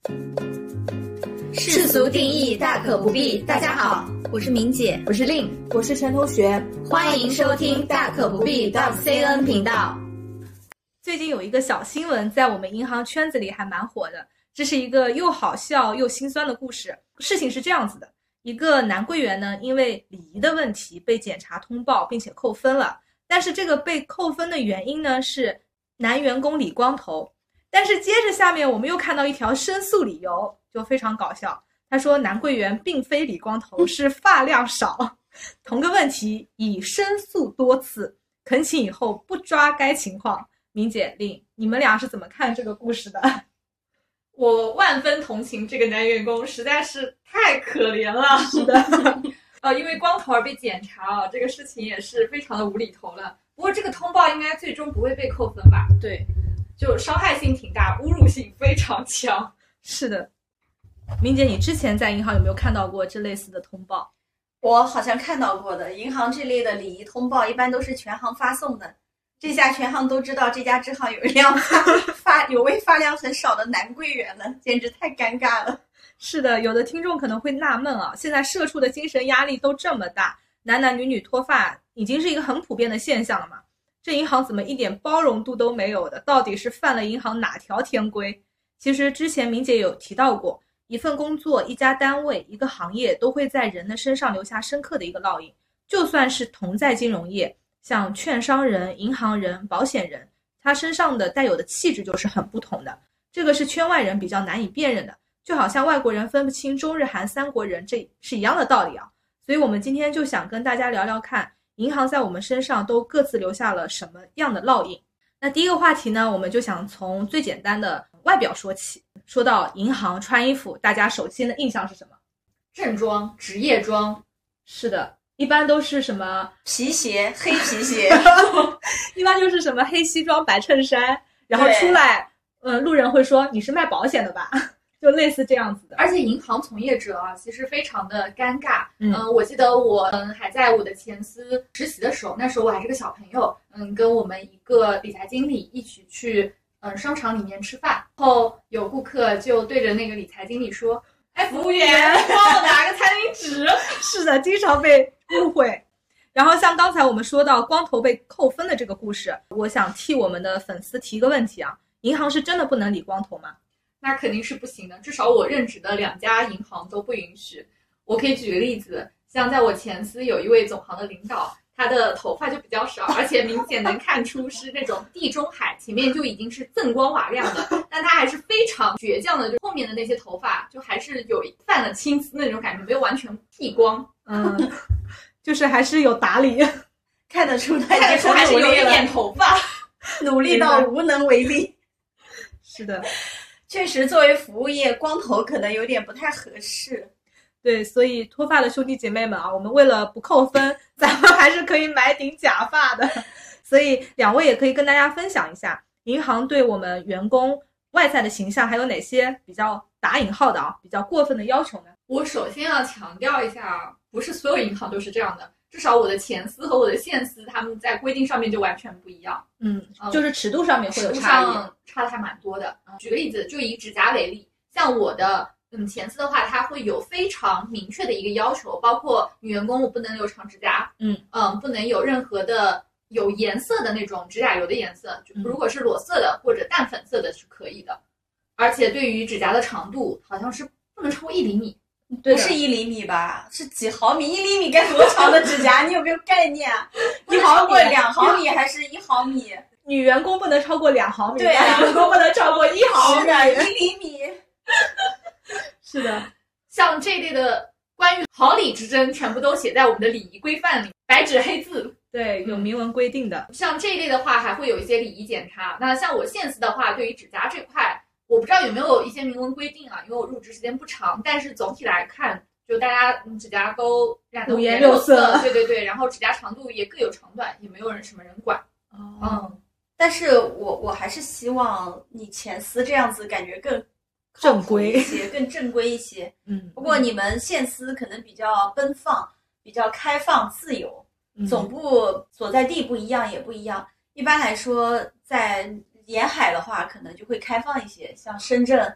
世俗定义大可不必。大家好， 我是明姐， 我是令， 我是陈同学， 欢迎收听大可不必 .cn 频道。 最近有一个小新闻在我们银行圈子里还蛮火的，这是一个又好笑又心酸的故事。事情是这样子的，一个男柜员呢，因为礼仪的问题被检查通报并且扣分了，但是这个被扣分的原因呢是男员工理光头。但是接着下面我们又看到一条申诉理由，就非常搞笑。他说男柜员并非理光头，是发量少。同个问题已申诉多次，恳请以后不抓该情况。明姐、令，你们俩是怎么看这个故事的？ 我万分同情这个男员工，实在是太可怜了。 是的， 因为光头而被检查啊，这个事情也是非常的无厘头了。不过这个通报应该最终不会被扣分吧？ 对， 就伤害性挺大，侮辱性非常强。 是的，明姐，你之前在银行有没有看到过这类似的通报？ 我好像看到过的，银行这类的礼仪通报一般都是全行发送的。这下全行都知道这家支行有一辆有位发量很少的男柜员了，简直太尴尬了。 是的，有的听众可能会纳闷啊，现在社畜的精神压力都这么大，男男女女脱发已经是一个很普遍的现象了嘛，这银行怎么一点包容度都没有的？到底是犯了银行哪条天规？其实之前明姐有提到过，一份工作、一家单位、一个行业都会在人的身上留下深刻的一个烙印，就算是同在金融业，像券商人、银行人、保险人，他身上的带有的气质就是很不同的，这个是圈外人比较难以辨认的，就好像外国人分不清中日韩三国人，这是一样的道理啊。所以我们今天就想跟大家聊聊看，银行在我们身上都各自留下了什么样的烙印。那第一个话题呢，我们就想从最简单的外表说起。说到银行穿衣服，大家首先的印象是什么？ 正装、职业装。 是的，一般都是什么皮鞋、黑皮鞋一般就是什么黑西装白衬衫，然后出来路人会说你是卖保险的吧，就类似这样子的。 而且银行从业者啊，其实非常的尴尬。我记得我还在我的前司实习的时候，那时候我还是个小朋友，跟我们一个理财经理一起去商场里面吃饭，然后有顾客就对着那个理财经理说，哎，服务员帮我拿个餐巾纸。 是的，经常被误会。然后像刚才我们说到光头被扣分的这个故事，我想替我们的粉丝提个问题啊，银行是真的不能理光头吗？ 那肯定是不行的，至少我任职的2家银行都不允许。我可以举个例子，像在我前司有一位总行的领导，他的头发就比较少，而且明显能看出是那种地中海，前面就已经是锃光瓦亮的，但他还是非常倔强的，就后面的那些头发就还是有泛了青丝那种感觉，没有完全剃光。 就是还是有打理， 看得出他还是有一点头发， 努力到无能为力。 是的， 确实作为服务业，光头可能有点不太合适。 对，所以脱发的兄弟姐妹们啊，我们为了不扣分，咱们还是可以买顶假发的。所以两位也可以跟大家分享一下，银行对我们员工外在的形象还有哪些比较打引号的比较过分的要求呢？ 我首先要强调一下，不是所有银行都是这样的，至少我的前司和我的现司他们在规定上面就完全不一样。 就是尺度上面会有差异， 差的还蛮多的。举个例子，就以指甲为例，像我的前司的话，它会有非常明确的一个要求，包括女员工我不能留长指甲，不能有任何的有颜色的那种指甲油的颜色，如果是裸色的或者淡粉色的是可以的。而且对于指甲的长度，好像是不能超过1厘米。 不是1厘米吧？是几毫米？1厘米该多长的指甲？你有没有概念啊？1毫米、2毫米还是1毫米？ 女员工不能超过2毫米， 对啊， 男员工不能超过1毫米 ，1厘米。 是的， 像这一类的关于好礼之争，全部都写在我们的礼仪规范里，白纸黑字。 对，有明文规定的。 像这一类的话，还会有一些礼仪检查。那像我现司的话，对于指甲这块，我不知道有没有一些明文规定啊，因为我入职时间不长，但是总体来看，就大家指甲都染得五颜六色， 对，然后指甲长度也各有长短，也没有什么人管。 但是我还是希望你前司这样子感觉更正规一些，更正规一些。不过你们现司可能比较奔放，比较开放自由，总部所在地不一样也不一样。一般来说，在沿海的话，可能就会开放一些，像深圳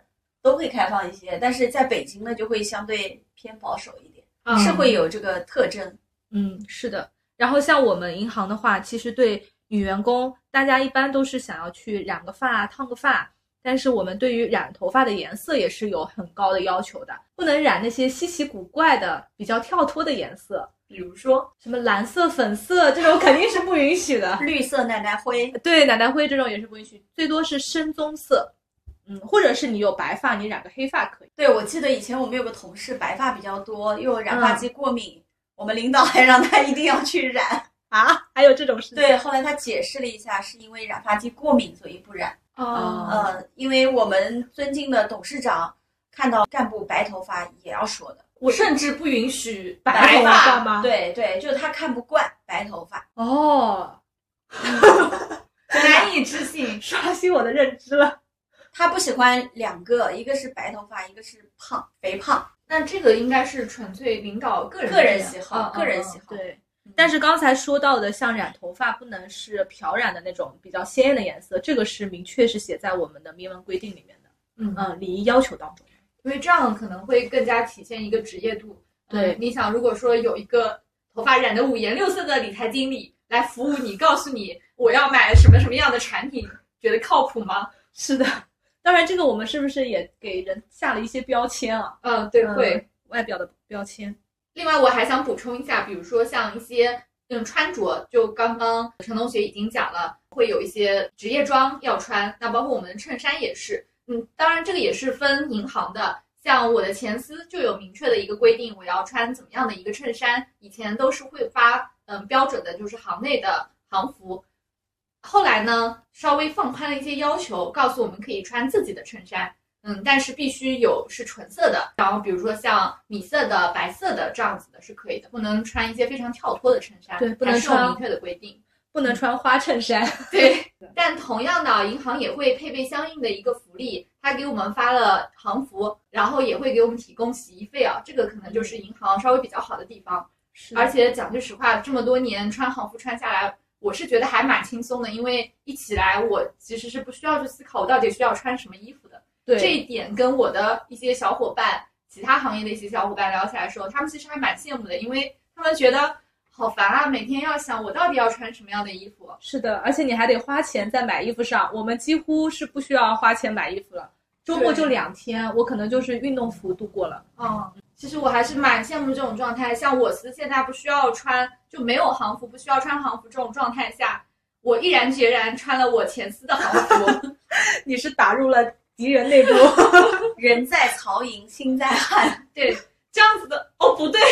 都会开放一些，但是在北京呢就会相对偏保守一点， 嗯是会有这个特征。 是的。然后像我们银行的话，其实对女员工，大家一般都是想要去染个发、烫个发，但是我们对于染头发的颜色也是有很高的要求的，不能染那些稀奇古怪的、比较跳脱的颜色，比如说什么蓝色、粉色这种肯定是不允许的。 绿色奶奶灰， 对，奶奶灰这种也是不允许，最多是深棕色。或者是你有白发，你染个黑发可以。 对，我记得以前我们有个同事白发比较多，又染发剂过敏，我们领导还让他一定要去染啊，还有这种事情？ 对，后来他解释了一下，是因为染发剂过敏，所以不染。因为我们尊敬的董事长看到干部白头发也要说的， 我甚至不允许白头发吗？ 对对，就是他看不惯白头发。 难以置信， 刷新我的认知了。 他不喜欢两个，一个是白头发，一个是肥胖。 那这个应该是纯粹领导个人喜好，个人喜好。 对。但是刚才说到的，像染头发不能是漂染的那种比较鲜艳的颜色，这个是明确是写在我们的明文规定里面的，礼仪要求当中。 因为这样可能会更加体现一个职业度。 对， 你想，如果说有一个头发染得五颜六色的理财经理来服务你，告诉你我要买什么什么样的产品，觉得靠谱吗？ 是的。当然，这个我们是不是也给人下了一些标签啊？ 对，会外表的标签。 另外，我还想补充一下，比如说像一些穿着，就刚刚陈同学已经讲了，会有一些职业装要穿，那包括我们的衬衫也是。当然这个也是分银行的，像我的前司就有明确的一个规定，我要穿怎么样的一个衬衫，以前都是会发标准的，就是行内的行服。后来呢，稍微放宽了一些要求，告诉我们可以穿自己的衬衫，但是必须是纯色的，然后比如说像米色的、白色的这样子的是可以的，不能穿一些非常跳脱的衬衫， 对，不能穿， 还是有明确的规定， 不能穿花衬衫。 对，但同样的，银行也会配备相应的一个福利，他给我们发了行服，然后也会给我们提供洗衣费啊，这个可能就是银行稍微比较好的地方。而且讲句实话，这么多年穿行服穿下来，我是觉得还蛮轻松的，因为一起来我其实是不需要去思考我到底需要穿什么衣服的。 对， 这一点跟我的一些小伙伴，其他行业的一些小伙伴聊起来的时候，他们其实还蛮羡慕的，因为他们觉得好烦啊，每天要想我到底要穿什么样的衣服。 是的，而且你还得花钱在买衣服上，我们几乎是不需要花钱买衣服了，周末就2天，我可能就是运动服度过了。 其实我还是蛮羡慕这种状态，像我司现在不需要穿，就没有行服，不需要穿行服这种状态下，我毅然决然穿了我前司的行服。 你是打入了敌人内部。 人在曹营心在汉。 对，这样子的不对。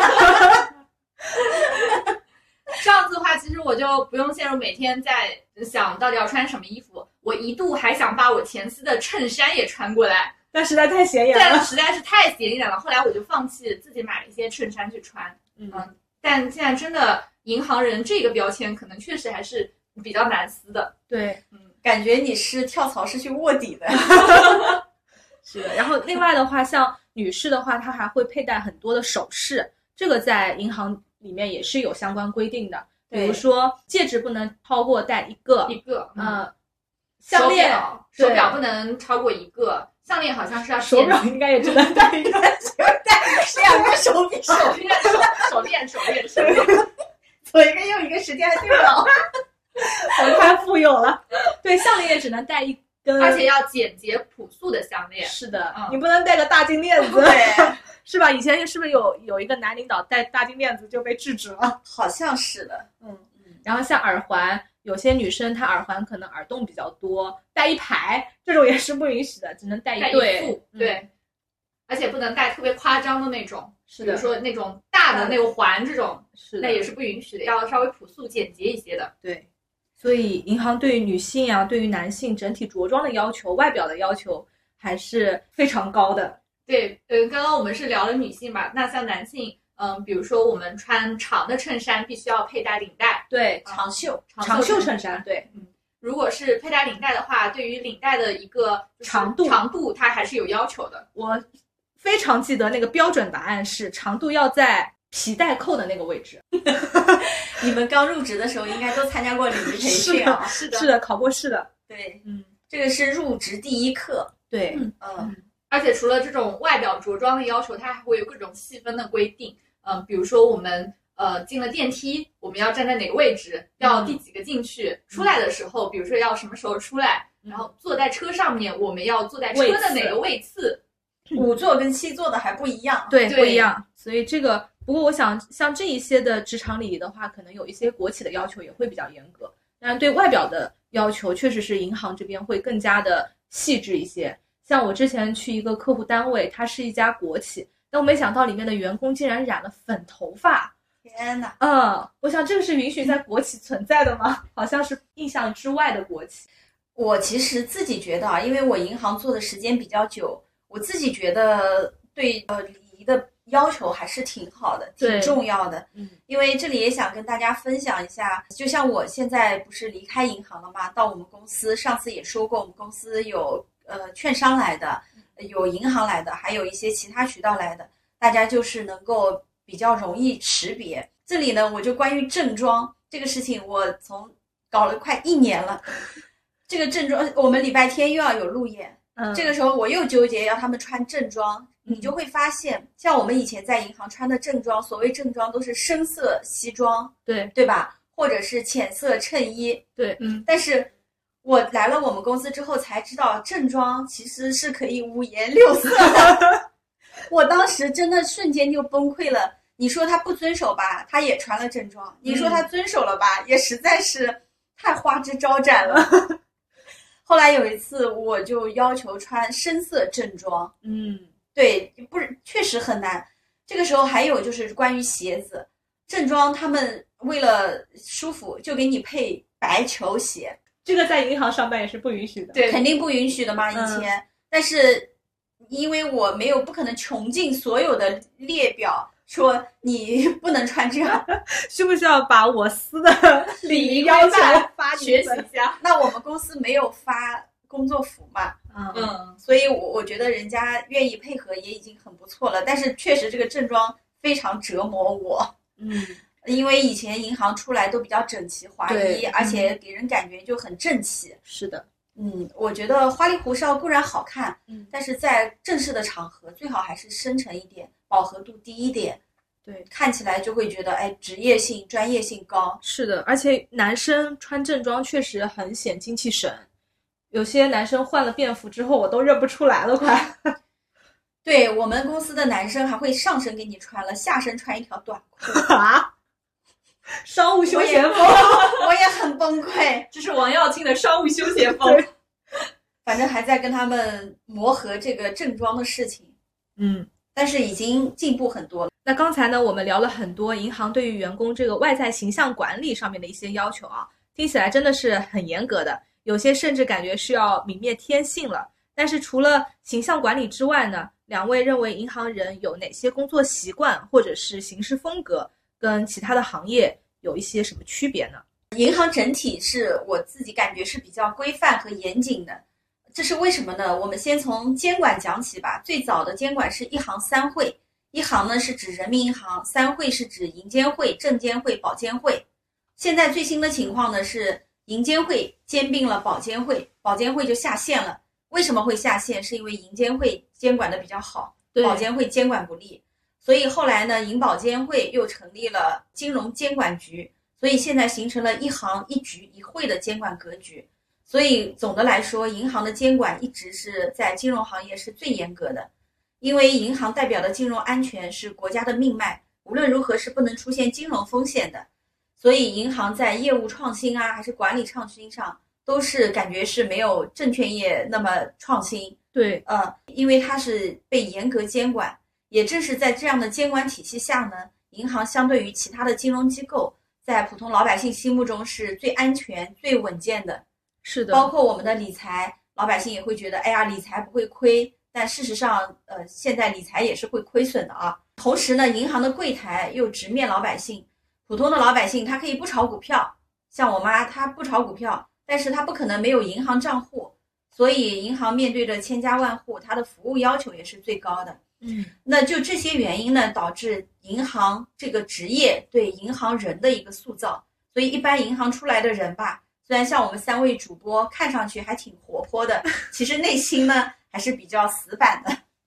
这样子的话，其实我就不用陷入每天在想到底要穿什么衣服。我一度还想把我前司的衬衫也穿过来， 但实在太显眼了。 但实在是太显眼了，后来我就放弃，自己买了一些衬衫去穿。但现在真的银行人这个标签，可能确实还是比较难撕的。 对， 感觉你是跳槽是去卧底的。 是的。然后另外的话，像女士的话，她还会佩戴很多的首饰，这个在银行里面也是有相关规定的。比如说戒指不能超过戴一个，项链手表不能超过1个，项链好像是要手表应该也只能戴一个， 戴2个手臂， 手链， 左一个右一个，时间还对不了。 我太富有了。对，项链也只能戴1根， 而且要简洁朴素的项链。 是的，你不能戴个大金链子。 对。 是吧？以前是不是有一个男领导戴大金链子就被制止了？ 好像是的。 然后像耳环，有些女生她耳环可能耳洞比较多，戴一排这种也是不允许的，只能戴一对。 对，而且不能戴特别夸张的那种， 是的， 比如说那种大的那个环这种， 是的， 那也是不允许的，要稍微朴素简洁一些的。 对，所以银行对于女性啊，对于男性整体着装的要求、外表的要求还是非常高的。 对，刚刚我们是聊了女性嘛，那像男性，比如说我们穿长的衬衫必须要佩戴领带， 对， 长袖衬衫，对， 如果是佩戴领带的话，对于领带的一个长度它还是有要求的。 我非常记得那个标准答案是长度要在皮带扣的那个位置。 你们刚入职的时候应该都参加过礼仪培训啊？ 是的，考过试的。 对，这个是入职第一课。 对， 而且除了这种外表着装的要求，它还会有各种细分的规定。比如说我们进了电梯，我们要站在哪个位置，要第几个进去，出来的时候，比如说要什么时候出来，然后坐在车上面，我们要坐在车的哪个位次。 5座跟7座的还不一样， 对，不一样。所以这个，不过我想像这一些的职场礼仪的话，可能有一些国企的要求也会比较严格，但是对外表的要求确实是银行这边会更加的细致一些。像我之前去一个客户单位，它是一家国企，但我没想到里面的员工竟然染了粉头发。 天哪！ 我想这个是允许在国企存在的吗？好像是印象之外的国企。 我其实自己觉得啊，因为我银行做的时间比较久，我自己觉得对礼仪的要求还是挺好的，挺重要的。因为这里也想跟大家分享一下，就像我现在不是离开银行了嘛，到我们公司，上次也说过，我们公司有券商来的，有银行来的，还有一些其他渠道来的，大家就是能够比较容易识别。这里呢，我就关于正装这个事情，我从搞了快1年了。这个正装，我们礼拜天又要有路演，这个时候我又纠结要他们穿正装，你就会发现，像我们以前在银行穿的正装，所谓正装都是深色西装，对吧？或者是浅色衬衣， 对， 但是我来了我们公司之后才知道，正装其实是可以5颜6色的。我当时真的瞬间就崩溃了。你说他不遵守吧，他也穿了正装；你说他遵守了吧，也实在是太花枝招展了。后来有一次，我就要求穿深色正装，对，不是，确实很难。这个时候还有就是关于鞋子，正装他们为了舒服就给你配白球鞋， 这个在银行上班也是不允许的， 对，肯定不允许的嘛，以前。但是因为我不可能穷尽所有的列表。说你不能穿这样， 需不需要把我司的礼仪要求发学习一下？ 那我们公司没有发工作服嘛，所以我觉得人家愿意配合也已经很不错了。但是确实这个正装非常折磨我，因为以前银行出来都比较整齐划一，而且给人感觉就很正气。 是的。 我觉得花里胡哨固然好看，但是在正式的场合最好还是深沉一点，饱和度低一点，对，看起来就会觉得职业性、专业性高。 是的，而且男生穿正装确实很显精气神，有些男生换了便服之后我都认不出来了，快。 对，我们公司的男生还会上身给你穿了，下身穿一条短裤啊。商务休闲风， 我也很崩溃。 这是王耀庆的商务休闲风。 反正还在跟他们磨合这个正装的事情。但是已经进步很多了。 那刚才呢，我们聊了很多银行对于员工这个外在形象管理上面的一些要求啊，听起来真的是很严格的，有些甚至感觉是要泯灭天性了。但是除了形象管理之外呢，两位认为银行人有哪些工作习惯或者是行事风格跟其他的行业有一些什么区别呢？ 银行整体是我自己感觉是比较规范和严谨的，这是为什么呢？我们先从监管讲起吧。最早的监管是一行三会，一行呢是指人民银行，三会是指银监会、证监会、保监会。现在最新的情况呢是银监会兼并了保监会，保监会就下线了。为什么会下线？是因为银监会监管的比较好，保监会监管不力。所以后来呢，银保监会又成立了金融监管局，所以现在形成了一行一局一会的监管格局。所以总的来说，银行的监管一直是在金融行业是最严格的，因为银行代表的金融安全是国家的命脉，无论如何是不能出现金融风险的。所以银行在业务创新啊，还是管理创新上，都是感觉是没有证券业那么创新。 对， 因为它是被严格监管。也正是在这样的监管体系下呢，银行相对于其他的金融机构，在普通老百姓心目中是最安全、最稳健的。 是的， 包括我们的理财，老百姓也会觉得，哎呀，理财不会亏。但事实上，现在理财也是会亏损的啊。同时呢，银行的柜台又直面老百姓，普通的老百姓他可以不炒股票，像我妈她不炒股票，但是她不可能没有银行账户，所以银行面对着千家万户，它的服务要求也是最高的。那就这些原因呢，导致银行这个职业对银行人的一个塑造。所以一般银行出来的人吧，虽然像我们3位主播看上去还挺活泼的，其实内心呢还是比较死板的。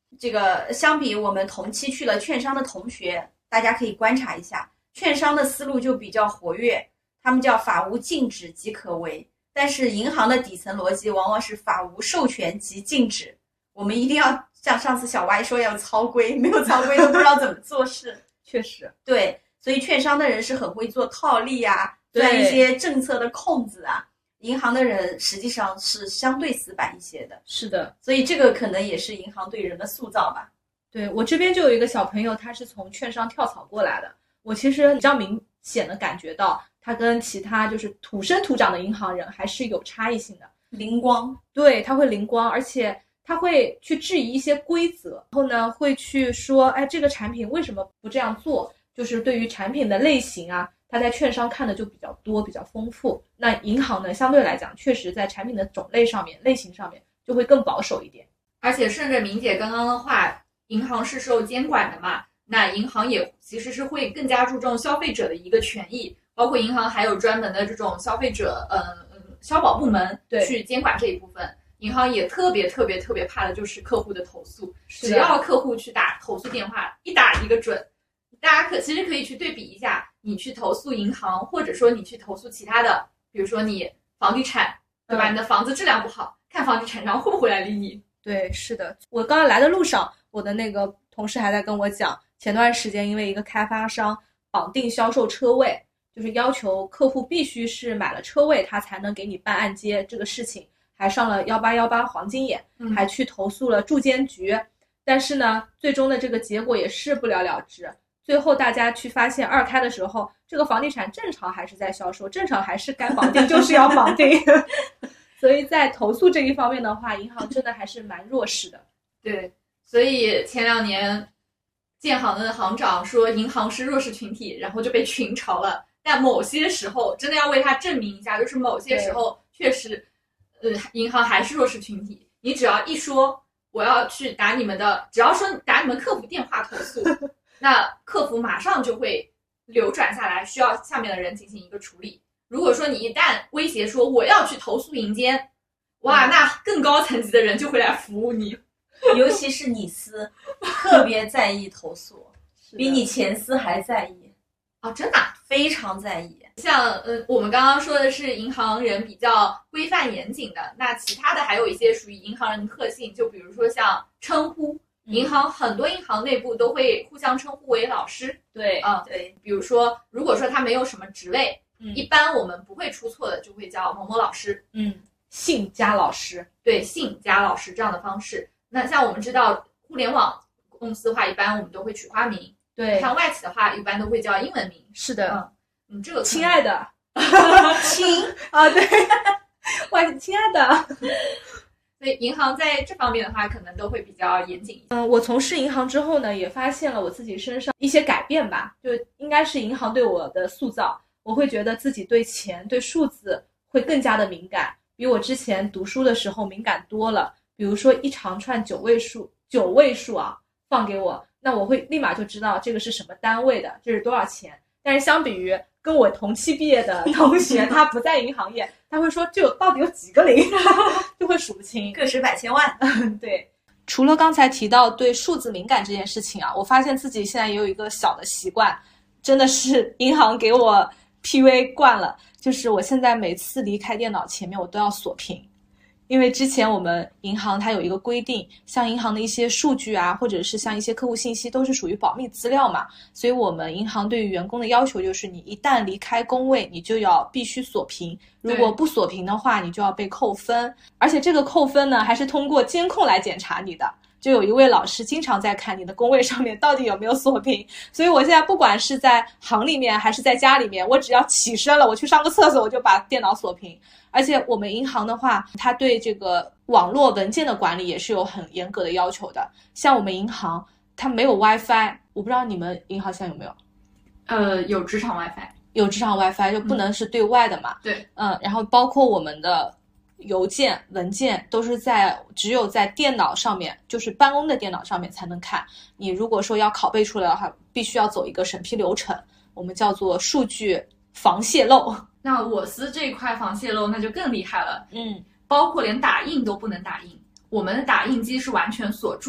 这个相比我们同期去了券商的同学，大家可以观察一下，券商的思路就比较活跃，他们叫法无禁止即可为，但是银行的底层逻辑往往是法无授权即禁止。我们一定要像上次小歪说要有操规，没有操规都不知道怎么做事。 确实， 对，所以券商的人是很会做套利啊，钻一些政策的空子啊。银行的人实际上是相对死板一些的。 是的， 所以这个可能也是银行对人的塑造吧。 对，我这边就有一个小朋友，他是从券商跳槽过来的。我其实比较明显的感觉到，他跟其他就是土生土长的银行人还是有差异性的。 灵光， 对，他会灵光，而且他会去质疑一些规则，然后呢会去说，哎，这个产品为什么不这样做？就是对于产品的类型啊，他在券商看的就比较多，比较丰富。那银行呢，相对来讲，确实在产品的种类上面、类型上面就会更保守一点。 而且顺着明姐刚刚的话，银行是受监管的嘛，那银行也其实是会更加注重消费者的一个权益，包括银行还有专门的这种消费者消保部门去监管这一部分。银行也特别怕的就是客户的投诉，只要客户去打投诉电话，一打一个准。大家其实可以去对比一下，你去投诉银行，或者说你去投诉其他的，比如说你房地产，对吧？你的房子质量不好，看房地产商会不会来理你。 对，是的。我刚刚来的路上，我的那个同事还在跟我讲，前段时间因为一个开发商绑定销售车位，就是要求客户必须是买了车位他才能给你办按揭这个事情，还上了1818黄金眼，还去投诉了住监局。但是呢，最终的这个结果也是不了了之。最后大家去发现二开的时候，这个房地产正常还是在销售，正常还是该绑定就是要绑定。所以在投诉这一方面的话，银行真的还是蛮弱势的。 对，所以前2年建行的行长说银行是弱势群体，然后就被群嘲了。但某些时候真的要为他证明一下，就是某些时候确实银行还是弱势群体。你只要一说我要去打你们的，只要说打你们客服电话投诉，那客服马上就会流转下来，需要下面的人进行一个处理。如果说你一旦威胁说我要去投诉银监，哇，那更高层级的人就会来服务你。 尤其是你司特别在意投诉，比你前司还在意啊，真的非常在意。 像我们刚刚说的是银行人比较规范严谨的，那其他的还有一些属于银行人的特性，就比如说像称呼，银行很多银行内部都会互相称呼为老师。 对对， 比如说如果说他没有什么职位，一般我们不会出错的，就会叫某某老师， 姓加老师， 对，姓加老师这样的方式。那像我们知道互联网公司的话，一般我们都会取花名， 对， 像外企的话一般都会叫英文名。 是的， 这个亲爱的亲啊，对，亲爱的。 所以银行在这方面的话，可能都会比较严谨一些。 我从事银行之后呢，也发现了我自己身上一些改变吧，就应该是银行对我的塑造。我会觉得自己对钱、对数字会更加的敏感，比我之前读书的时候敏感多了。比如说一长串9位数啊，放给我，那我会立马就知道这个是什么单位的，这是多少钱。但是相比于跟我同期毕业的同学，他不在银行业，他会说这到底有几个零，就会数不清， 个十百千万。 对。除了刚才提到对数字敏感这件事情啊，我发现自己现在也有一个小的习惯，真的是银行给我 PUA 惯了，就是我现在每次离开电脑前面我都要锁屏。因为之前我们银行它有一个规定，像银行的一些数据啊，或者是像一些客户信息都是属于保密资料嘛，所以我们银行对于员工的要求就是你一旦离开工位，你就要必须锁屏，如果不锁屏的话，你就要被扣分，而且这个扣分呢还是通过监控来检查你的。就有一位老师经常在看你的工位上面到底有没有锁屏，所以我现在不管是在行里面还是在家里面，我只要起身了，我去上个厕所，我就把电脑锁屏。而且我们银行的话，它对这个网络文件的管理也是有很严格的要求的。像我们银行它没有 WiFi， 我不知道你们银行现在有没有？ 有职场 WiFi， 有职场 WiFi 就不能是对外的嘛。 对， 然后包括我们的邮件文件都是只有在电脑上面，就是办公的电脑上面才能看。你如果说要拷贝出来的话，必须要走一个审批流程，我们叫做数据防泄露。 那我司这一块防泄露那就更厉害了，包括连打印都不能打印，我们的打印机是完全锁住的，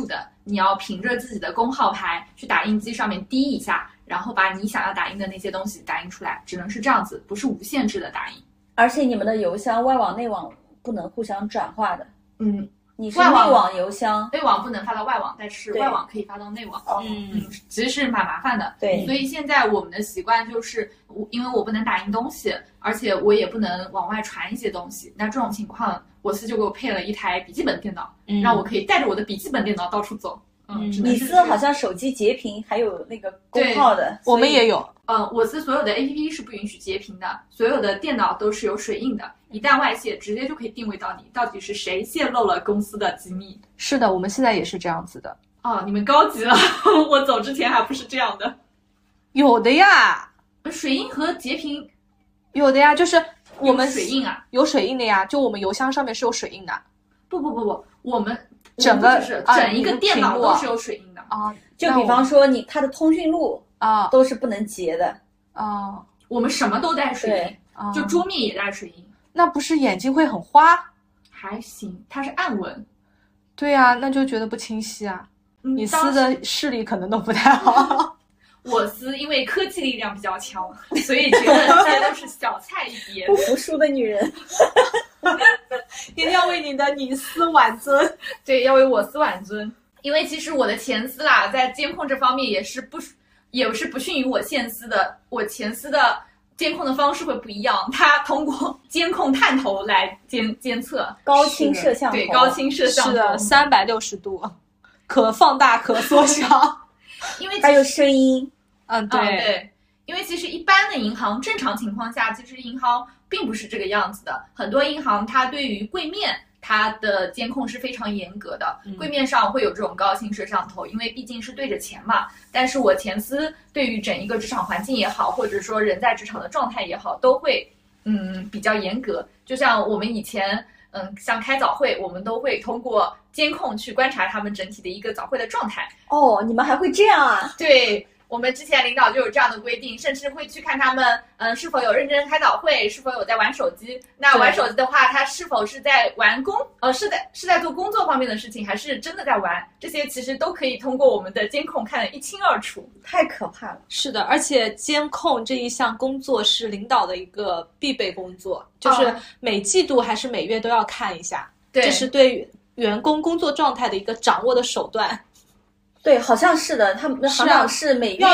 你要凭着自己的工号牌去打印机上面滴一下，然后把你想要打印的那些东西打印出来，只能是这样子，不是无限制的打印。 而且你们的邮箱外网内网不能互相转化的。你是外网内网邮箱， 内网不能发到外网，但是对外网可以发到内网。 嗯， 其实是蛮麻烦的。 对所以现在我们的习惯就是，因为我不能打印东西，而且我也不能往外传一些东西。那这种情况，我司就给我配了一台笔记本电脑，让我可以带着我的笔记本电脑到处走。只能你司是这个好像手机截屏还有那个功号的， 我们也有。 我司所有的 APP 是不允许截屏的，所有的电脑都是有水印的，一旦外泄，直接就可以定位到你到底是谁泄露了公司的机密。 是的，我们现在也是这样子的。 哦，你们高级了，我走之前还不是这样的。 有的呀， 水印和截屏有的呀，就是我们有水印啊， 有水印的呀，就我们邮箱上面是有水印的。 不，我们整个就是整一个电脑都是有水印的啊。 就比方说它的通讯录啊都是不能截的啊。 我们什么都带水印，就桌面也带水印。 那不是眼睛会很花？ 还行，它是暗文。 对呀，那就觉得不清晰啊。你司的视力可能都不太好。 我司因为科技力量比较强，所以觉得这些都是小菜一碟。 不服输的女人。 一定要为你的女司挽尊。 对，要为我司挽尊。因为其实我的前司啦，在监控这方面也是不逊于我现司的。我前司的监控的方式会不一样，它通过监控探头来监测高清摄像头。 对，高清摄像头是的，360度，可放大可缩小。 因为还有声音。 对，因为其实一般的银行正常情况下，其实银行并不是这个样子的。很多银行它对于柜面它的监控是非常严格的，柜面上会有这种高清摄像头，因为毕竟是对着钱嘛。但是我前司对于整一个职场环境也好，或者说人在职场的状态也好，都会比较严格。就像我们以前像开早会，我们都会通过监控去观察他们整体的一个早会的状态。 哦，你们还会这样啊？ 对。我们之前领导就有这样的规定，甚至会去看他们，是否有认真开早会，是否有在玩手机。那玩手机的话，他是否是在是在做工作方面的事情，还是真的在玩？这些其实都可以通过我们的监控看得一清二楚。 太可怕了。 是的，而且监控这一项工作是领导的一个必备工作，就是每季度还是每月都要看一下。 对， 这是对员工工作状态的一个掌握的手段。 对，好像是的，他们好像是每月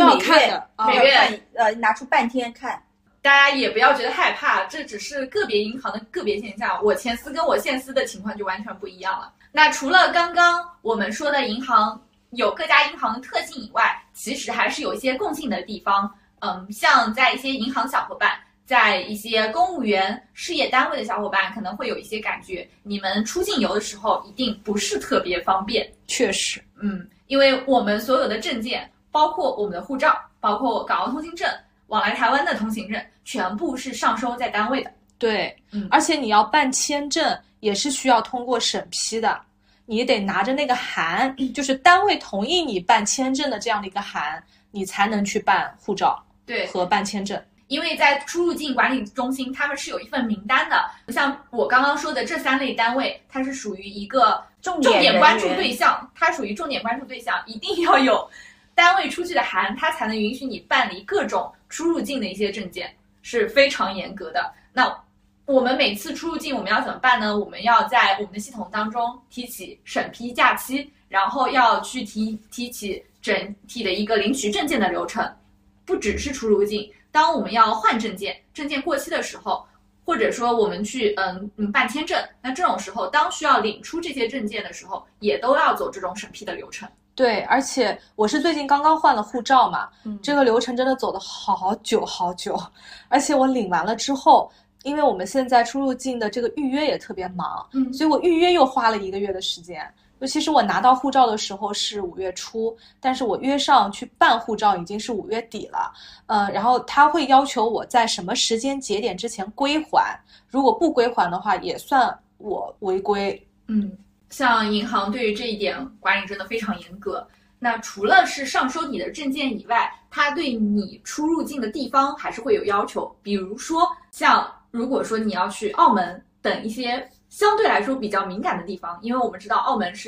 拿出半天看。 大家也不要觉得害怕，这只是个别银行的个别现象。我前司跟我现司的情况就完全不一样了。那除了刚刚我们说的银行有各家银行的特性以外，其实还是有一些共性的地方。像在一些银行小伙伴，在一些公务员事业单位的小伙伴可能会有一些感觉，你们出境游的时候一定不是特别方便。 确实， 因为我们所有的证件，包括我们的护照，包括港澳通行证、往来台湾的通行证，全部是上收在单位的。 对，而且你要办签证也是需要通过审批的，你得拿着那个函，就是单位同意你办签证的这样的一个函，你才能去办护照和办签证。 因为在出入境管理中心，他们是有一份名单的，像我刚刚说的这3类单位，它是属于一个重点关注对象，它属于重点关注对象，一定要有单位出具的函，它才能允许你办理各种出入境的一些证件，是非常严格的。那我们每次出入境我们要怎么办呢？我们要在我们的系统当中提起审批假期，然后要去提起整体的一个领取证件的流程。不只是出入境，当我们要换证件过期的时候，或者说我们去办签证，那这种时候当需要领出这些证件的时候，也都要走这种审批的流程。 对，而且我是最近刚刚换了护照嘛，这个流程真的走得好久，而且我领完了之后，因为我们现在出入境的这个预约也特别忙，所以我预约又花了1个月的时间。其实我拿到护照的时候是5月初，但是我约上去办护照已经是5月底了。然后他会要求我在什么时间节点之前归还，如果不归还的话，也算我违规。 像银行对于这一点管理真的非常严格。那除了是上收你的证件以外，它对你出入境的地方还是会有要求。比如说，像如果说你要去澳门等一些相对来说比较敏感的地方，因为我们知道澳门是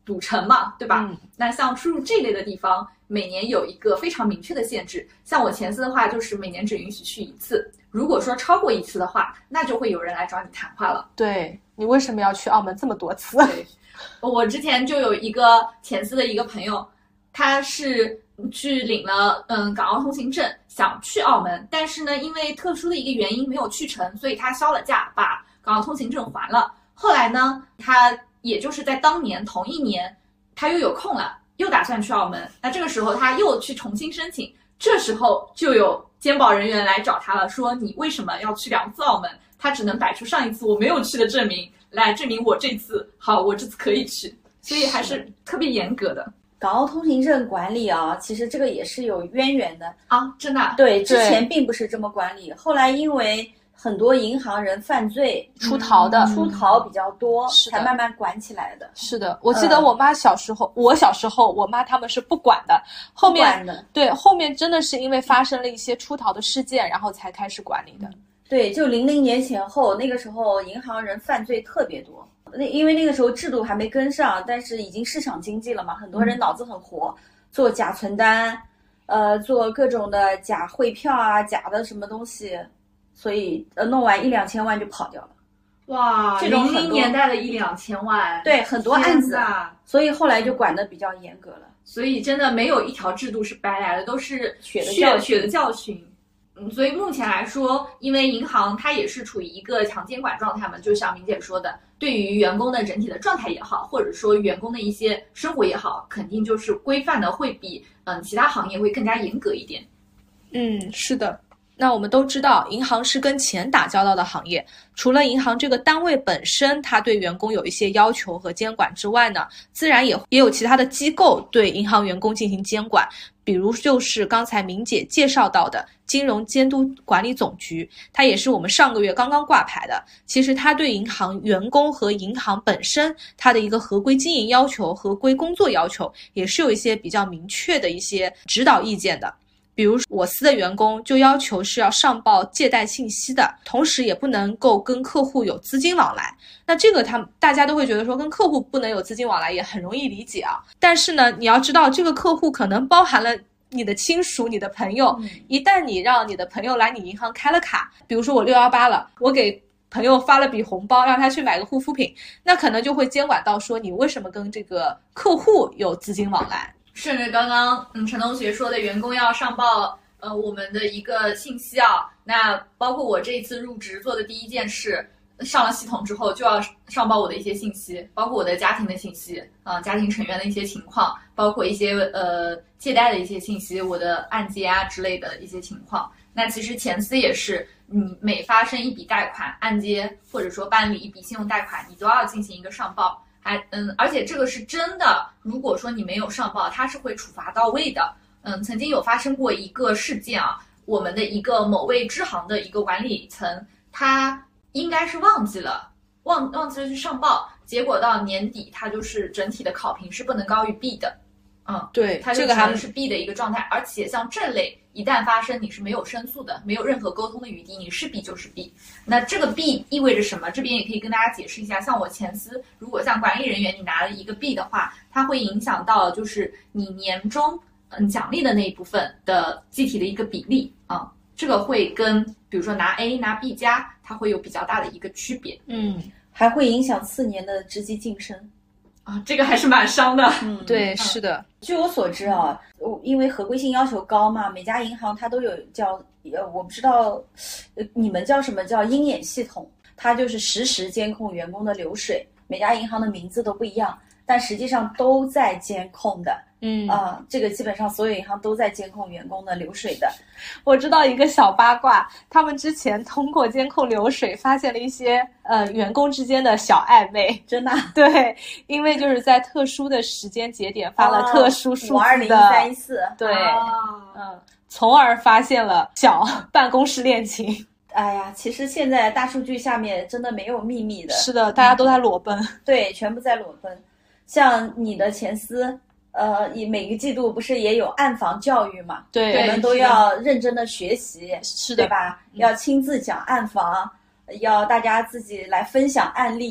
赌城嘛，对吧？那像出入这类的地方，每年有一个非常明确的限制。像我前司的话，就是每年只允许去一次。如果说超过一次的话，那就会有人来找你谈话了。 对，你为什么要去澳门这么多次？ 对，我之前就有一个前司的一个朋友，他是去领了港澳通行证，想去澳门，但是呢，因为特殊的一个原因没有去成，所以他销了价，把港澳通行证还了。后来呢，他也就是在当年同一年，他又有空了，又打算去澳门。那这个时候他又去重新申请，这时候就有监保人员来找他了，说你为什么要去2次澳门？他只能摆出上一次我没有去的证明来证明我这次好，我这次可以去，所以还是特别严格的。 港澳通行证管理啊，其实这个也是有渊源的啊，真的。 对，之前并不是这么管理，后来因为很多银行人犯罪出逃比较多，才慢慢管起来的。 是的，我记得我妈小时候，我小时候我妈他们是不管的，后面对，后面真的是因为发生了一些出逃的事件，然后才开始管理的。 对，就00年前后，那个时候银行人犯罪特别多。因为那个时候制度还没跟上，但是已经市场经济了嘛，很多人脑子很活，做假存单，做各种的假汇票啊，假的什么东西，所以弄完1-2千万就跑掉了。 哇， 这种 00年代的1-2千万， 对，很多案子，所以后来就管得比较严格了。 所以真的没有一条制度是白来的，都是血的教训。所以目前来说，因为银行它也是处于一个强监管状态嘛，就像明姐说的，对于员工的整体的状态也好，或者说员工的一些生活也好，肯定就是规范的会比其他行业会更加严格一点。 是的。那我们都知道，银行是跟钱打交道的行业，除了银行这个单位本身它对员工有一些要求和监管之外呢，自然也有其他的机构对银行员工进行监管，比如就是刚才明姐介绍到的金融监督管理总局，它也是我们上个月刚刚挂牌的。其实它对银行员工和银行本身它的一个合规经营要求、合规工作要求，也是有一些比较明确的一些指导意见的。比如我司的员工就要求是要上报借贷信息的，同时也不能够跟客户有资金往来。那这个大家都会觉得说跟客户不能有资金往来也很容易理解啊。但是呢，你要知道这个客户可能包含了你的亲属、你的朋友，一旦你让你的朋友来你银行开了卡，比如说我618了，我给朋友发了笔红包让他去买个护肤品，那可能就会监管到说你为什么跟这个客户有资金往来。 顺着刚刚陈同学说的，员工要上报我们的一个信息啊，那包括我这一次入职做的第一件事，上了系统之后就要上报我的一些信息，包括我的家庭的信息家庭成员的一些情况，包括一些借贷的一些信息，我的按揭啊之类的一些情况。那其实前司也是，你每发生一笔贷款按揭，或者说办理一笔信用贷款，你都要进行一个上报。而且这个是真的，如果说你没有上报，它是会处罚到位的。曾经有发生过一个事件啊，我们的一个某位支行的一个管理层，他应该是忘记了去上报，结果到年底他就是整体的考评是不能高于 B 的。 对， 它就可能是 B 的一个状态，而且像这类一旦发生，你是没有申诉的，没有任何沟通的余地，你是 B 就是 B。那这个 B 意味着什么？这边也可以跟大家解释一下。像我前司，如果像管理人员你拿了一个 B 的话，它会影响到就是你年终奖励的那一部分的计体的一个比例啊，这个会跟比如说拿 A 拿 B 加，它会有比较大的一个区别。 还会影响4年的职级晋升。 这个还是蛮伤的。 对，是的。 据我所知啊，因为合规性要求高嘛，每家银行它都有叫我不知道你们叫什么，叫鹰眼系统，它就是实时监控员工的流水，每家银行的名字都不一样，但实际上都在监控的。这个基本上所有银行都在监控员工的流水的。 我知道一个小八卦，他们之前通过监控流水发现了一些员工之间的小暧昧。 真的？ 对，因为就是在特殊的时间节点发了特殊数字的 520-314。 对，从而发现了小办公室恋情。 哎呀，其实现在大数据下面真的没有秘密的。 是的，大家都在裸奔。 对，全部在裸奔。像你的前司每个季度不是也有暗房教育嘛？ 对， 我们都要认真的学习， 是的， 对吧？要亲自讲暗房，要大家自己来分享案例，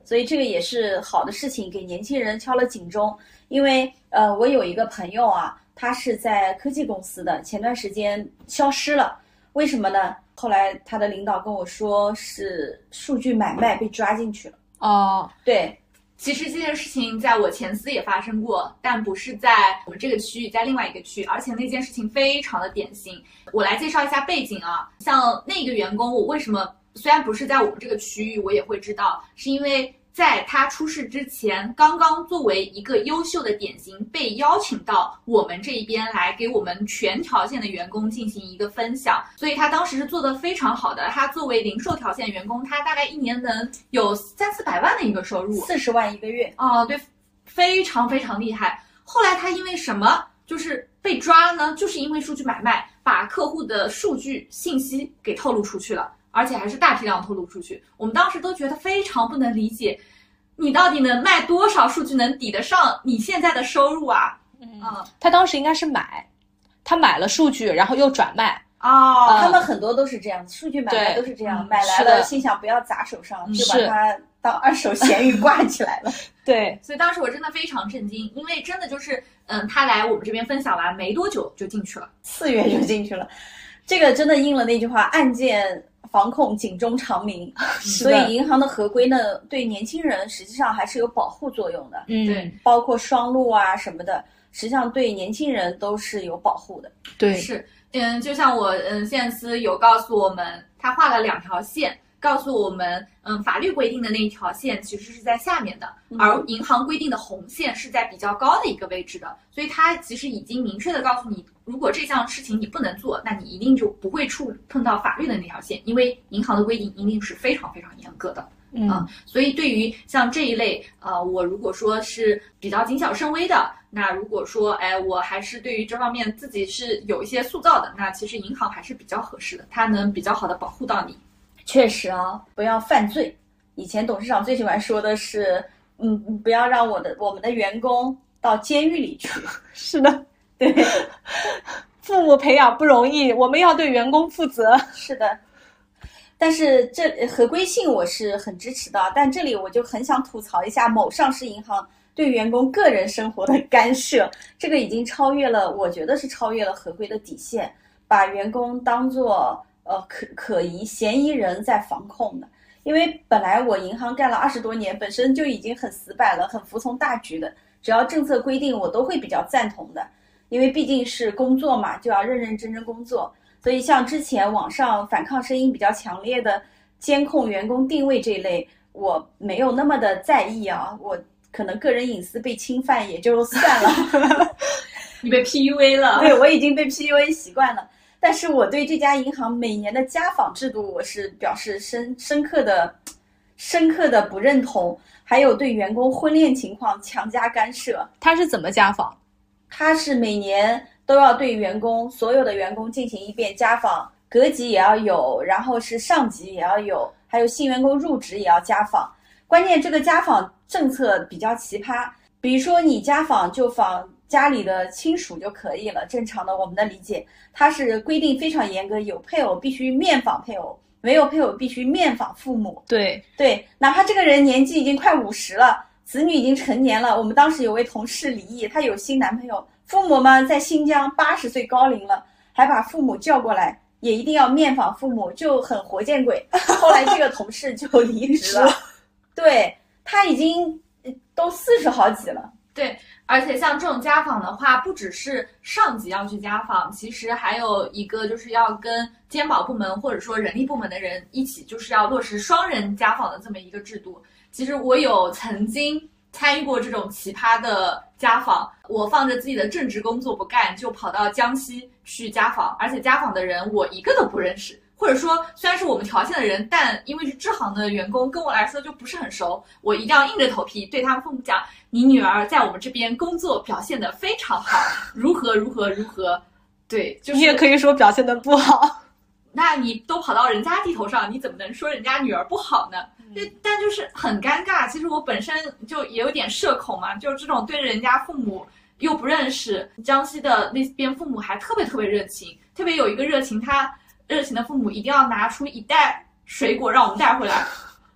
所以这个也是好的事情，给年轻人敲了警钟。因为我有一个朋友啊，他是在科技公司的，前段时间消失了，为什么呢？后来他的领导跟我说是数据买卖被抓进去了。 哦， 对。 其实这件事情在我前司也发生过，但不是在我们这个区域，在另外一个区，而且那件事情非常的典型。我来介绍一下背景啊，像那个员工，我为什么虽然不是在我们这个区域，我也会知道，是因为在他出事之前，刚刚作为一个优秀的典型被邀请到我们这一边来给我们全条线的员工进行一个分享，所以他当时是做得非常好的。他作为零售条线员工，他大概一年能有300-400万的一个收入 ，40万一个月。 哦，对，非常非常厉害。后来他因为什么就是被抓呢？就是因为数据买卖，把客户的数据信息给透露出去了。而且还是大批量透露出去，我们当时都觉得非常不能理解，你到底能卖多少数据能抵得上你现在的收入啊？ 他当时应该是他买了数据，然后又转卖。 他们很多都是这样，数据买卖都是这样，买来了心想不要砸手上，就把它当二手闲鱼挂起来了。 对， 所以当时我真的非常震惊，因为真的就是他来我们这边分享完没多久就进去了 ，4月就进去了。这个真的应了那句话，案件防控警钟长鸣。所以银行的合规呢，对年轻人实际上还是有保护作用的。 对， 包括双录啊什么的，实际上对年轻人都是有保护的。 对， 是，就像我现司有告诉我们，他画了2条线，告诉我们，法律规定的那一条线其实是在下面的，而银行规定的红线是在比较高的一个位置的，所以它其实已经明确的告诉你，如果这项事情你不能做，那你一定就不会触碰到法律的那条线，因为银行的规定一定是非常非常严格的。所以对于像这一类，我如果说是比较谨小慎微的，那如果说，我还是对于这方面自己是有一些塑造的，那其实银行还是比较合适的，它能比较好的保护到你。 确实啊，不要犯罪。以前董事长最喜欢说的是，不要让我们的员工到监狱里去。 是的， 对， 父母培养不容易，我们要对员工负责。 是的，但是这合规性我是很支持的，但这里我就很想吐槽一下某上市银行对员工个人生活的干涉，这个已经超越了，我觉得是超越了合规的底线，把员工当作可疑嫌疑人在防控的。因为本来我银行干了20多年，本身就已经很死板了，很服从大局的，只要政策规定我都会比较赞同的，因为毕竟是工作嘛，就要认认真真工作。所以像之前网上反抗声音比较强烈的监控员工定位这一类，我没有那么的在意啊，我可能个人隐私被侵犯也就算了。 你被 PUA 了。 对，我已经被 PUA 习惯了。但是我对这家银行每年的家访制度，我是表示深刻的不认同，还有对员工婚恋情况强加干涉。 他是怎么家访？ 他是每年都要对所有的员工进行一遍家访，阁级也要有，然后是上级也要有，还有新员工入职也要家访。关键这个家访政策比较奇葩，比如说你家访就访家里的亲属就可以了，正常的我们的理解，它是规定非常严格，有配偶必须面访配偶，没有配偶必须面访父母。 对， 哪怕这个人年纪已经快50了，子女已经成年了，我们当时有位同事离异，她有新男朋友，父母们在新疆80岁高龄了，还把父母叫过来，也一定要面访父母，就很活见鬼。后来这个同事就离职了。对，他已经都40好几了。 对，而且像这种家访的话，不只是上级要去家访，其实还有一个就是要跟监保部门或者说人力部门的人一起，就是要落实双人家访的这么一个制度。其实我有曾经参与过这种奇葩的家访，我放着自己的正职工作不干，就跑到江西去家访，而且家访的人我一个都不认识。或者说虽然是我们条线的人，但因为是支行的员工，跟我来说就不是很熟，我一定要硬着头皮对他们父母讲，你女儿在我们这边工作表现得非常好，如何。对，就是你也可以说表现得不好， 那你都跑到人家地头上，你怎么能说人家女儿不好呢？但就是很尴尬。其实我本身就也有点社恐嘛，就这种对着人家父母又不认识，江西的那边父母还特别热情，特别有一个热情，他热情的父母一定要拿出1袋水果让我们带回来。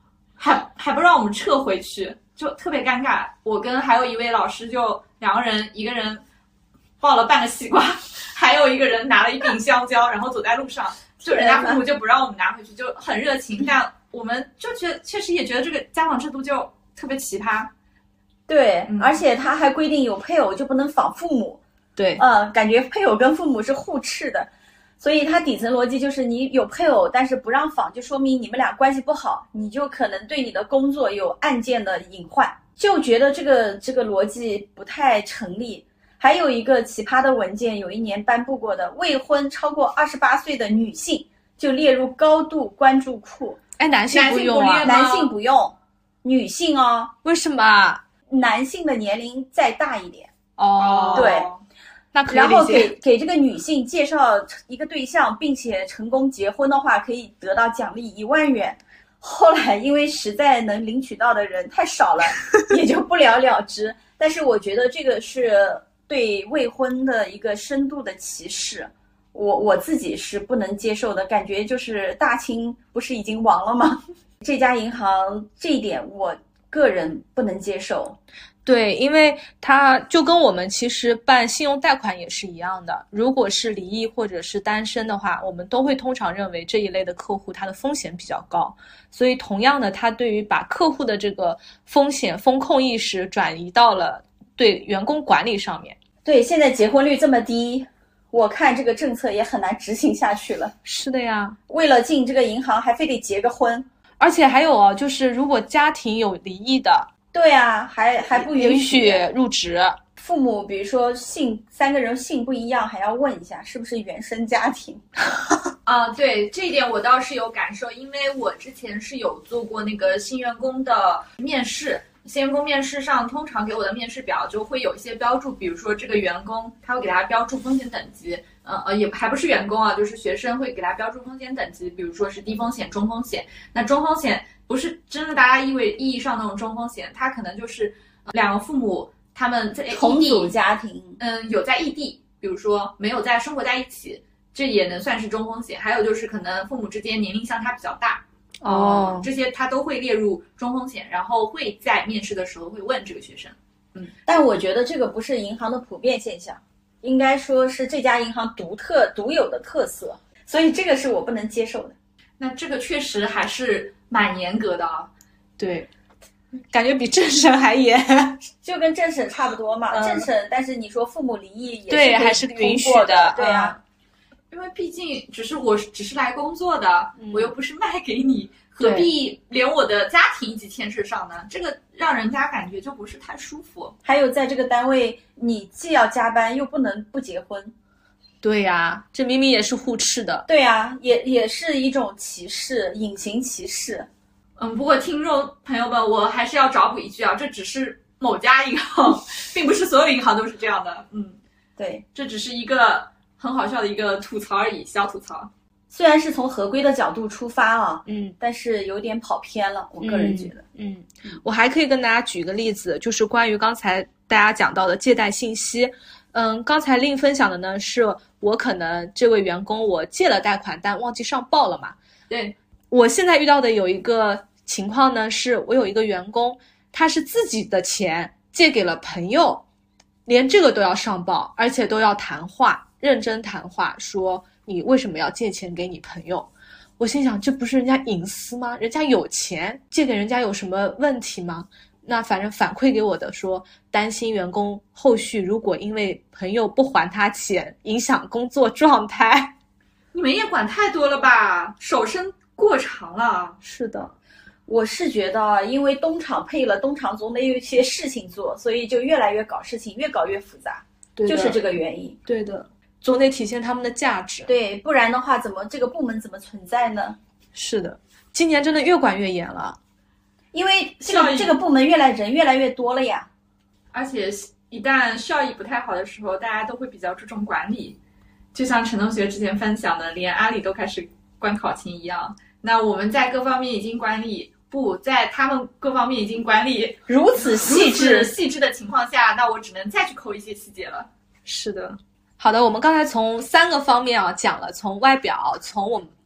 还不让我们撤回去，就特别尴尬。我跟还有一位老师就2个人，一个人抱了半个西瓜，还有一个人拿了一柄香蕉，然后走在路上，就人家父母就不让我们拿回去，就很热情，但我们就觉得确实也觉得这个家访制度就特别奇葩。 对，而且他还规定有配偶就不能访父母。 对， 感觉配偶跟父母是互斥的，所以它底层逻辑就是你有配偶，但是不让访，就说明你们俩关系不好，你就可能对你的工作有案件的隐患，就觉得这个逻辑不太成立。还有一个奇葩的文件，有一年颁布过的，未婚超过28岁的女性就列入高度关注库。 哎，男性不用啊？ 男性不用，女性哦。 为什么？ 男性的年龄再大一点。 哦， 对。 那可以然后给这个女性介绍一个对象，并且成功结婚的话，可以得到奖励1万元。后来因为实在能领取到的人太少了，也就不了了之。但是我觉得这个是对未婚的一个深度的歧视，我自己是不能接受的，感觉就是大清不是已经亡了吗？这家银行这一点我个人不能接受。 对，因为它就跟我们其实办信用贷款也是一样的，如果是离异或者是单身的话，我们都会通常认为这一类的客户他的风险比较高，所以同样的，他对于把客户的这个风险风控意识转移到了对员工管理上面。 对，现在结婚率这么低，我看这个政策也很难执行下去了。 是的呀， 为了进这个银行还非得结个婚， 而且还有啊，就是如果家庭有离异的， 对啊，还不允许入职。 父母比如说3个人姓不一样，还要问一下是不是原生家庭。 对，这一点我倒是有感受，因为我之前是有做过那个新员工的面试。新员工面试上，通常给我的面试表就会有一些标注，比如说这个员工他会给他标注风险等级，也还不是员工啊，就是学生会给他标注风险等级，比如说是低风险、中风险。那中风险不是真的大家意义上那种中风险，它可能就是2个父母他们在异地， 同组家庭， 有在异地，比如说没有在生活在一起，这也能算是中风险。还有就是可能父母之间年龄相差比较大。这些他都会列入中风险，然后会在面试的时候会问这个学生。 但我觉得这个不是银行的普遍现象，应该说是这家银行独有的特色，所以这个是我不能接受的。 那这个确实还是蛮严格的啊。 对，感觉比政审还严， 就跟政审差不多嘛。政审，但是你说父母离异也是对，还是允许的，对啊。 因为毕竟我只是来工作的，我又不是卖给你，何必连我的家庭一起牵涉上呢？这个让人家感觉就不是太舒服。 还有在这个单位，你既要加班又不能不结婚。 对呀，这明明也是互斥的。 对呀，也是一种歧视，隐形歧视。 不过听众朋友们，我还是要找补一句啊，这只是某家银行，并不是所有银行都是这样的。 对， 这只是一个很好笑的一个吐槽而已，小吐槽。 虽然是从合规的角度出发啊，但是有点跑偏了，我个人觉得。 我还可以跟大家举一个例子，就是关于刚才大家讲到的借贷信息。刚才令分享的呢，是我可能这位员工我借了贷款，但忘记上报了嘛。 对， 我现在遇到的有一个情况呢，是我有一个员工，他是自己的钱借给了朋友，连这个都要上报，而且都要谈话，认真谈话，说你为什么要借钱给你朋友？我心想，这不是人家隐私吗？人家有钱，借给人家有什么问题吗？那反正反馈给我的说，担心员工后续如果因为朋友不还他钱，影响工作状态。 你们也管太多了吧，手伸过长了。 是的， 我是觉得因为东厂配了，东厂总得有一些事情做，所以就越来越搞事情，越搞越复杂，就是这个原因。 对的，总得体现他们的价值。 对，不然的话怎么这个部门怎么存在呢？ 是的，今年真的越管越严了， 因为这个部门人越来越多了呀。 而且一旦效益不太好的时候，大家都会比较注重管理，就像陈同学之前分享的，连阿里都开始关考勤一样。那我们在各方面已经管理，不在他们各方面已经管理如此细致的情况下，那我只能再去抠一些细节了。 是的。好的，我们刚才从3个方面讲了，从外表，从我们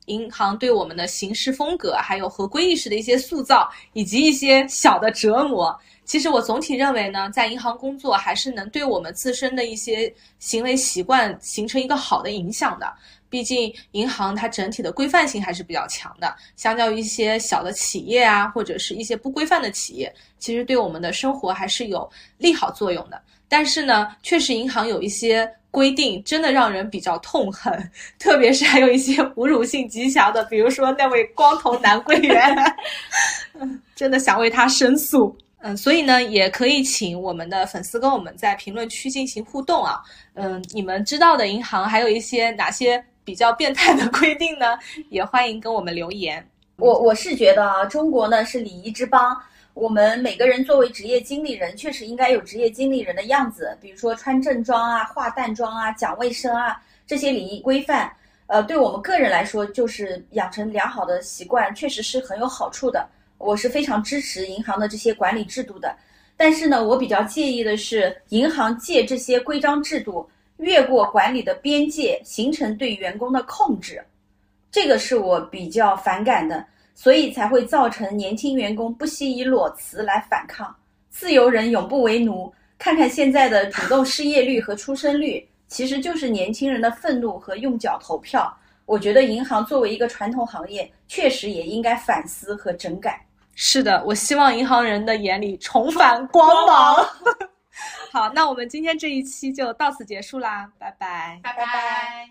银行对我们的行事风格，还有合规意识的一些塑造，以及一些小的折磨。其实我总体认为呢，在银行工作还是能对我们自身的一些行为习惯形成一个好的影响的。毕竟银行它整体的规范性还是比较强的，相较于一些小的企业啊，或者是一些不规范的企业，其实对我们的生活还是有利好作用的。但是呢，确实银行有一些规定真的让人比较痛恨，特别是还有一些侮辱性极强的，比如说那位光头男柜员真的想为他申诉。所以呢，也可以请我们的粉丝跟我们在评论区进行互动啊。你们知道的银行还有一些哪些比较变态的规定呢？也欢迎跟我们留言。 我是觉得啊，中国呢是礼仪之邦，我们每个人作为职业经理人，确实应该有职业经理人的样子，比如说穿正装啊、化淡妆啊、讲卫生啊，这些礼仪规范，对我们个人来说，就是养成良好的习惯，确实是很有好处的。我是非常支持银行的这些管理制度的，但是呢，我比较介意的是银行借这些规章制度越过管理的边界，形成对员工的控制，这个是我比较反感的，所以才会造成年轻员工不惜以裸辞来反抗。自由人永不为奴，看看现在的主动失业率和出生率，其实就是年轻人的愤怒和用脚投票。我觉得银行作为一个传统行业，确实也应该反思和整改。 是的，我希望银行人的眼里重返光芒。好，那我们今天这一期就到此结束啦，拜拜， 拜拜。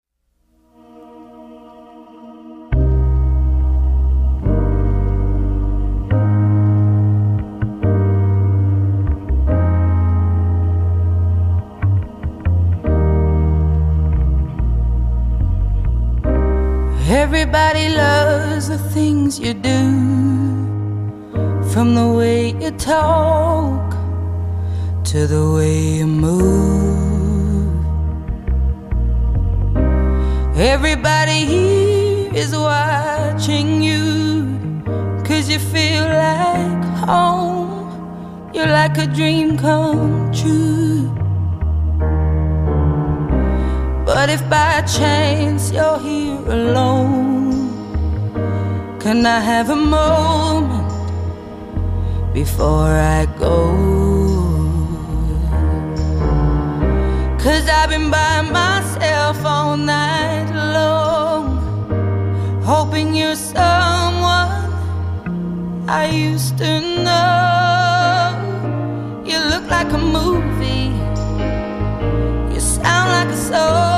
Everybody loves the things you do, from the way you talk to the way you move. Everybody here is watching you, 'cause you feel like home. You're like a dream come true. But if by chance you're here alone, can I have a moment before I go? 'Cause I've been by myself all night long, hoping you're someone I used to know. You look like a movie, you sound like a song.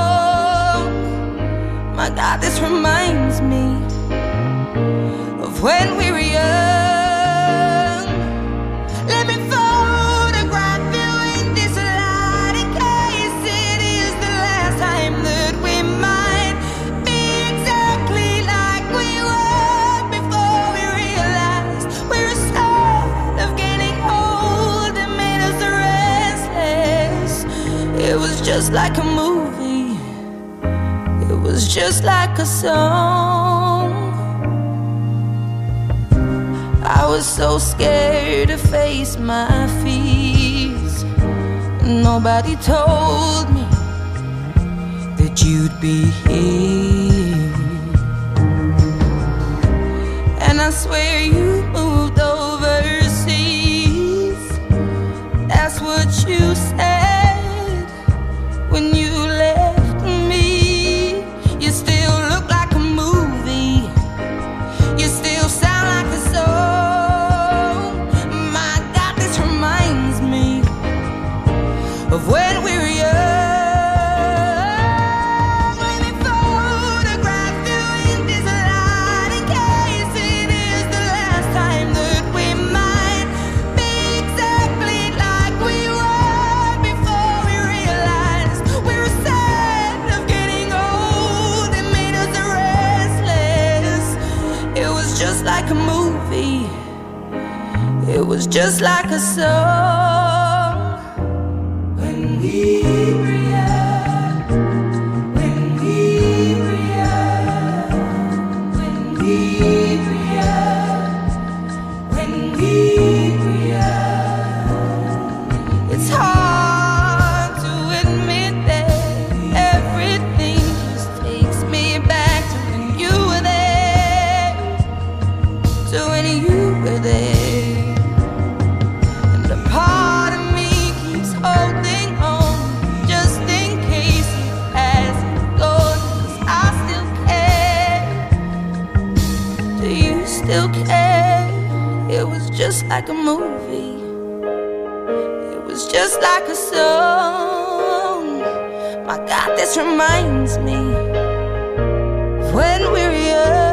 My God, this reminds me of when we were young. Let me photograph you in this light, in case it is the last time that we might be exactly like we were before we realized we're a sort of getting old and made us restless. It was just like a movie, it was just like a song. I was so scared to face my fears. Nobody told me that you'd be here. And I swear you moved overseas. That's what you said when you left me. You still look like a movie, you still sound like a song. My God, this reminds me of when we were young. Let me photograph you in this light, in case it is the last time that we might be exactly like we were before we realized we're sad of getting old and made us restless. It was just like a movie, it was just like a song. When we were young, when we were young, when we were young, when we were young. It's hard to admit that everything just takes me back to when you like a movie. It was just like a song. My God, this reminds me of when we were young.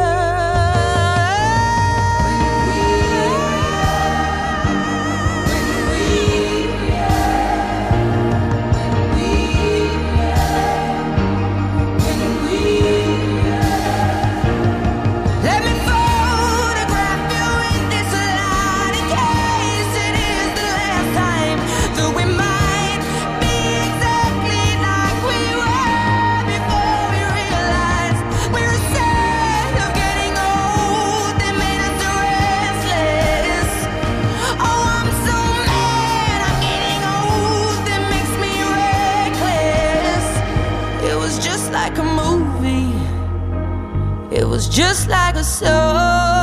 Like a movie, it was just like a song.